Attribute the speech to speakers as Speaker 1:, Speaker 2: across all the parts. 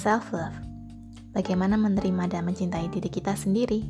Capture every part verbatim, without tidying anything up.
Speaker 1: self-love. Bagaimana menerima dan mencintai diri kita sendiri.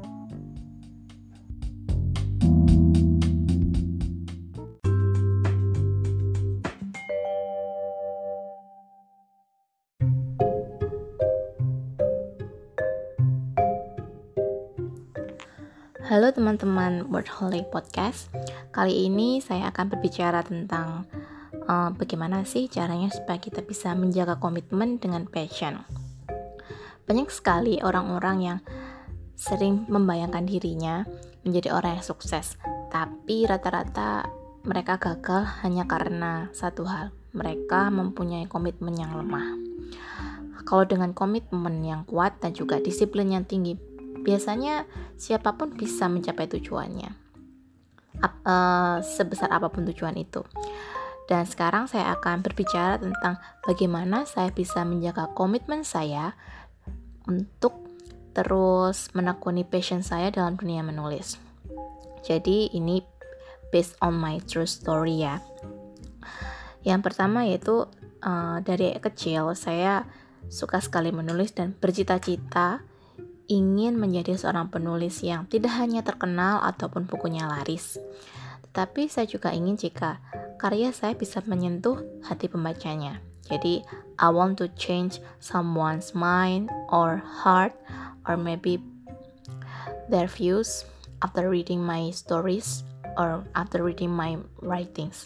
Speaker 1: Halo teman-teman Workaholic Podcast. Kali ini saya akan berbicara tentang uh, bagaimana sih caranya supaya kita bisa menjaga komitmen dengan passion. Banyak sekali orang-orang yang sering membayangkan dirinya menjadi orang yang sukses, tapi rata-rata mereka gagal hanya karena satu hal, mereka mempunyai komitmen yang lemah. Kalau dengan komitmen yang kuat dan juga disiplin yang tinggi, biasanya siapapun bisa mencapai tujuannya, Ap, uh, sebesar apapun tujuan itu. Dan sekarang saya akan berbicara tentang bagaimana saya bisa menjaga komitmen saya untuk terus menekuni passion saya dalam dunia menulis. Jadi ini based on my true story ya. Yang pertama yaitu uh, dari kecil saya suka sekali menulis dan bercita-cita ingin menjadi seorang penulis yang tidak hanya terkenal ataupun bukunya laris, tetapi saya juga ingin jika karya saya bisa menyentuh hati pembacanya. Jadi, I want to change someone's mind or heart or maybe their views after reading my stories or after reading my writings.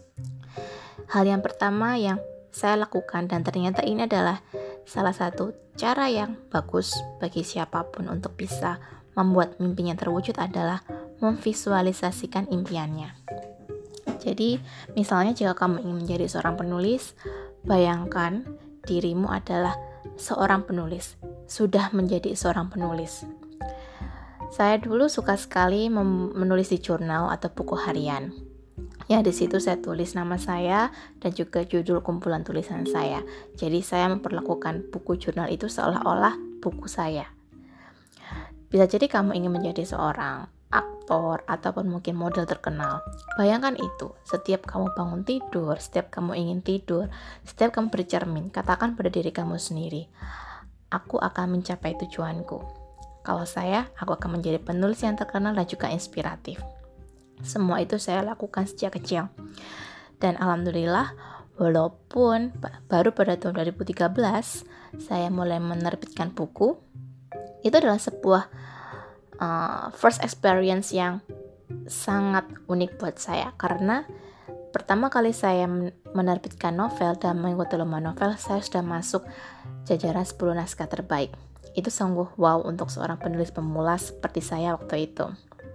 Speaker 1: Hal yang pertama yang saya lakukan dan ternyata ini adalah salah satu cara yang bagus bagi siapapun untuk bisa membuat mimpinya terwujud adalah memvisualisasikan impiannya. Jadi, misalnya jika kamu ingin menjadi seorang penulis, bayangkan dirimu adalah seorang penulis, sudah menjadi seorang penulis. Saya dulu suka sekali mem- menulis di jurnal atau buku harian. Ya, di situ saya tulis nama saya dan juga judul kumpulan tulisan saya. Jadi saya memperlakukan buku jurnal itu seolah-olah buku saya. Bisa jadi kamu ingin menjadi seorang aktor ataupun mungkin model terkenal. Bayangkan itu, setiap kamu bangun tidur, setiap kamu ingin tidur, setiap kamu bercermin, katakan pada diri kamu sendiri, aku akan mencapai tujuanku. Kalau saya, aku akan menjadi penulis yang terkenal dan juga inspiratif. Semua itu saya lakukan sejak kecil. Dan alhamdulillah, walaupun baru pada tahun dua ribu tiga belas saya mulai menerbitkan buku, itu adalah sebuah uh, first experience yang sangat unik buat saya. Karena pertama kali saya menerbitkan novel dan mengikuti lomba novel, saya sudah masuk jajaran sepuluh naskah terbaik. Itu sungguh wow untuk seorang penulis pemula seperti saya waktu itu.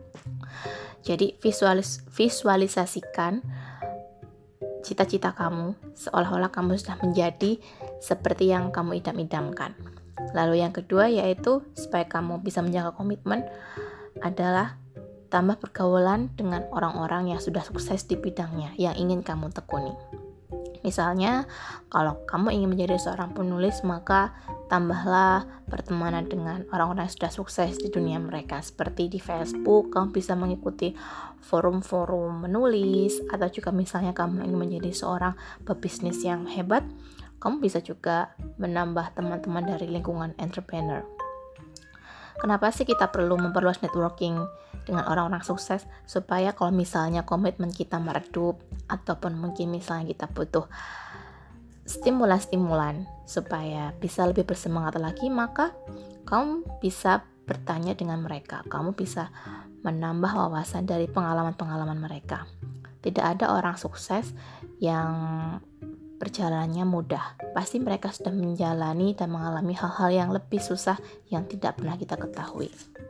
Speaker 1: Jadi visualis, visualisasikan cita-cita kamu seolah-olah kamu sudah menjadi seperti yang kamu idam-idamkan. Lalu yang kedua yaitu supaya kamu bisa menjaga komitmen adalah tambah pergaulan dengan orang-orang yang sudah sukses di bidangnya yang ingin kamu tekuni. Misalnya, kalau kamu ingin menjadi seorang penulis, maka tambahlah pertemanan dengan orang-orang yang sudah sukses di dunia mereka. Seperti di Facebook, kamu bisa mengikuti forum-forum menulis, atau juga misalnya kamu ingin menjadi seorang pebisnis yang hebat, kamu bisa juga menambah teman-teman dari lingkungan entrepreneur. Kenapa sih kita perlu memperluas networking dengan orang-orang sukses? Supaya kalau misalnya komitmen kita meredup ataupun mungkin misalnya kita butuh stimulan-stimulan supaya bisa lebih bersemangat lagi, maka kamu bisa bertanya dengan mereka. Kamu bisa menambah wawasan dari pengalaman-pengalaman mereka. Tidak ada orang sukses yang perjalanannya mudah. Pasti mereka sudah menjalani dan mengalami hal-hal yang lebih susah yang tidak pernah kita ketahui.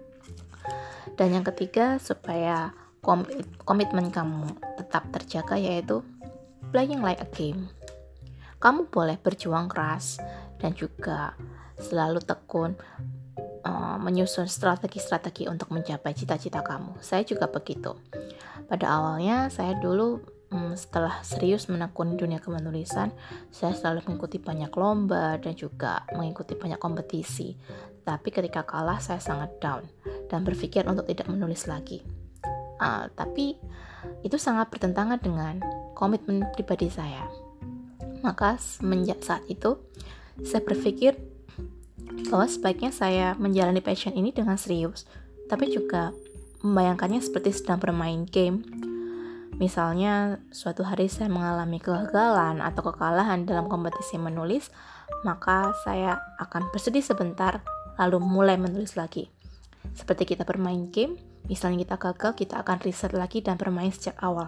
Speaker 1: Dan yang ketiga, supaya komitmen kamu tetap terjaga yaitu playing like a game. Kamu boleh berjuang keras dan juga selalu tekun uh, menyusun strategi-strategi untuk mencapai cita-cita kamu. Saya juga begitu. Pada awalnya saya dulu Hmm, setelah serius menekuni dunia kepenulisan, saya selalu mengikuti banyak lomba dan juga mengikuti banyak kompetisi. Tapi ketika kalah, saya sangat down dan berpikir untuk tidak menulis lagi. Uh, tapi itu sangat bertentangan dengan komitmen pribadi saya. Maka semenjak saat itu, Saya berpikir bahwa sebaiknya saya menjalani passion ini dengan serius, tapi juga membayangkannya seperti sedang bermain game. Misalnya, suatu hari saya mengalami kegagalan atau kekalahan dalam kompetisi menulis, maka saya akan bersedih sebentar, lalu mulai menulis lagi. Seperti kita bermain game, misalnya kita gagal, kita akan riset lagi dan bermain sejak awal.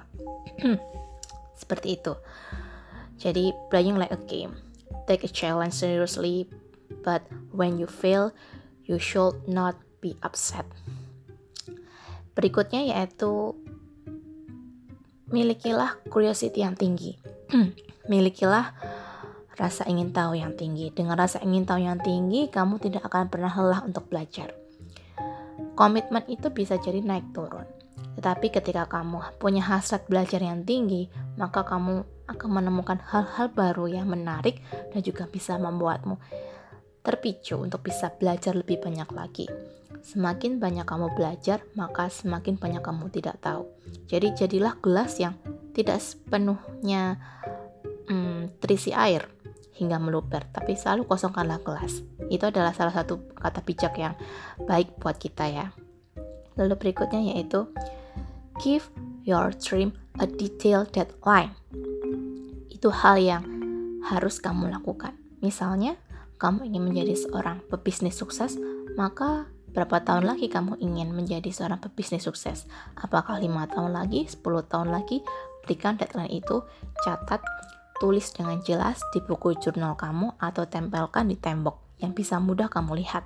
Speaker 1: Seperti itu. Jadi, playing like a game. Take a challenge seriously, but when you fail, you should not be upset. Berikutnya yaitu milikilah curiosity yang tinggi. Milikilah rasa ingin tahu yang tinggi. Dengan rasa ingin tahu yang tinggi, kamu tidak akan pernah lelah untuk belajar. Komitmen itu bisa jadi naik turun. Tetapi ketika kamu punya hasrat belajar yang tinggi, maka kamu akan menemukan hal-hal baru yang menarik dan juga bisa membuatmu terpicu untuk bisa belajar lebih banyak lagi. Semakin banyak kamu belajar, maka semakin banyak kamu tidak tahu. Jadi jadilah gelas yang tidak sepenuhnya hmm, terisi air hingga meluber, tapi selalu kosongkanlah gelas. Itu adalah salah satu kata bijak yang baik buat kita ya. Lalu berikutnya yaitu give your dream a detailed deadline. Itu hal yang harus kamu lakukan. Misalnya, kamu ingin menjadi seorang pebisnis sukses, maka berapa tahun lagi kamu ingin menjadi seorang pebisnis sukses? Apakah lima tahun lagi, sepuluh tahun lagi? Berikan deadline itu, catat, tulis dengan jelas di buku jurnal kamu atau tempelkan di tembok yang bisa mudah kamu lihat.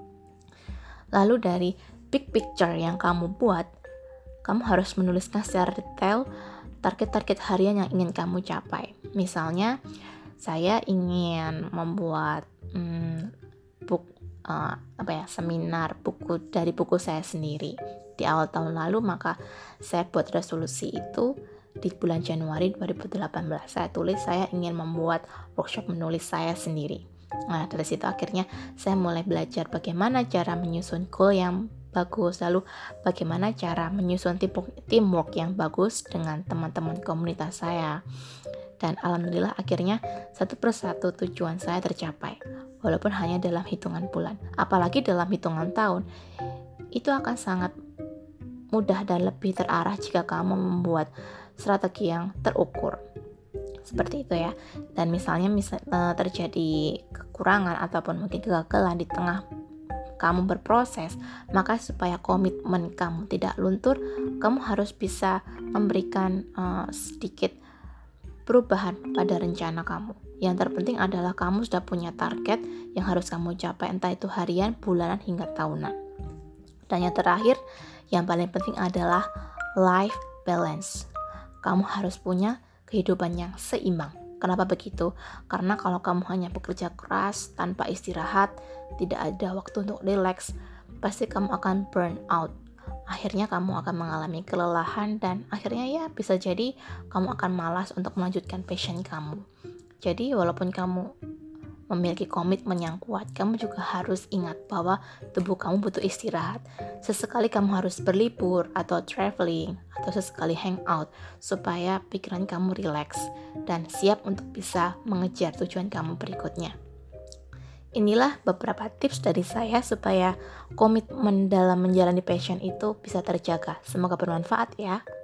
Speaker 1: Lalu dari big picture yang kamu buat, kamu harus menuliskan secara detail target-target harian yang ingin kamu capai. Misalnya, saya ingin membuat hmm, buku uh, apa ya seminar buku dari buku saya sendiri di awal tahun lalu, maka saya buat resolusi itu di bulan Januari dua ribu delapan belas. Saya tulis saya ingin membuat workshop menulis saya sendiri. Nah, dari situ akhirnya saya mulai belajar bagaimana cara menyusun goal yang bagus, lalu bagaimana cara menyusun teamwork yang bagus dengan teman-teman komunitas saya. Dan alhamdulillah akhirnya satu persatu tujuan saya tercapai, walaupun hanya dalam hitungan bulan. Apalagi dalam hitungan tahun, itu akan sangat mudah dan lebih terarah jika kamu membuat strategi yang terukur. Seperti itu ya. Dan misalnya misal, terjadi kekurangan ataupun mungkin kegagalan di tengah kamu berproses, maka supaya komitmen kamu tidak luntur, kamu harus bisa memberikan uh, sedikit perubahan pada rencana kamu. Yang terpenting adalah kamu sudah punya target yang harus kamu capai, entah itu harian, bulanan, hingga tahunan. Dan yang terakhir, yang paling penting adalah life balance. Kamu harus punya kehidupan yang seimbang. Kenapa begitu? Karena kalau kamu hanya bekerja keras tanpa istirahat, tidak ada waktu untuk relax, pasti kamu akan burn out. Akhirnya kamu akan mengalami kelelahan dan akhirnya ya bisa jadi kamu akan malas untuk melanjutkan passion kamu. Jadi walaupun kamu memiliki komitmen yang kuat, kamu juga harus ingat bahwa tubuh kamu butuh istirahat. Sesekali kamu harus berlibur atau traveling atau sesekali hangout supaya pikiran kamu rileks dan siap untuk bisa mengejar tujuan kamu berikutnya. Inilah beberapa tips dari saya supaya komitmen dalam menjalani passion itu bisa terjaga. Semoga bermanfaat ya.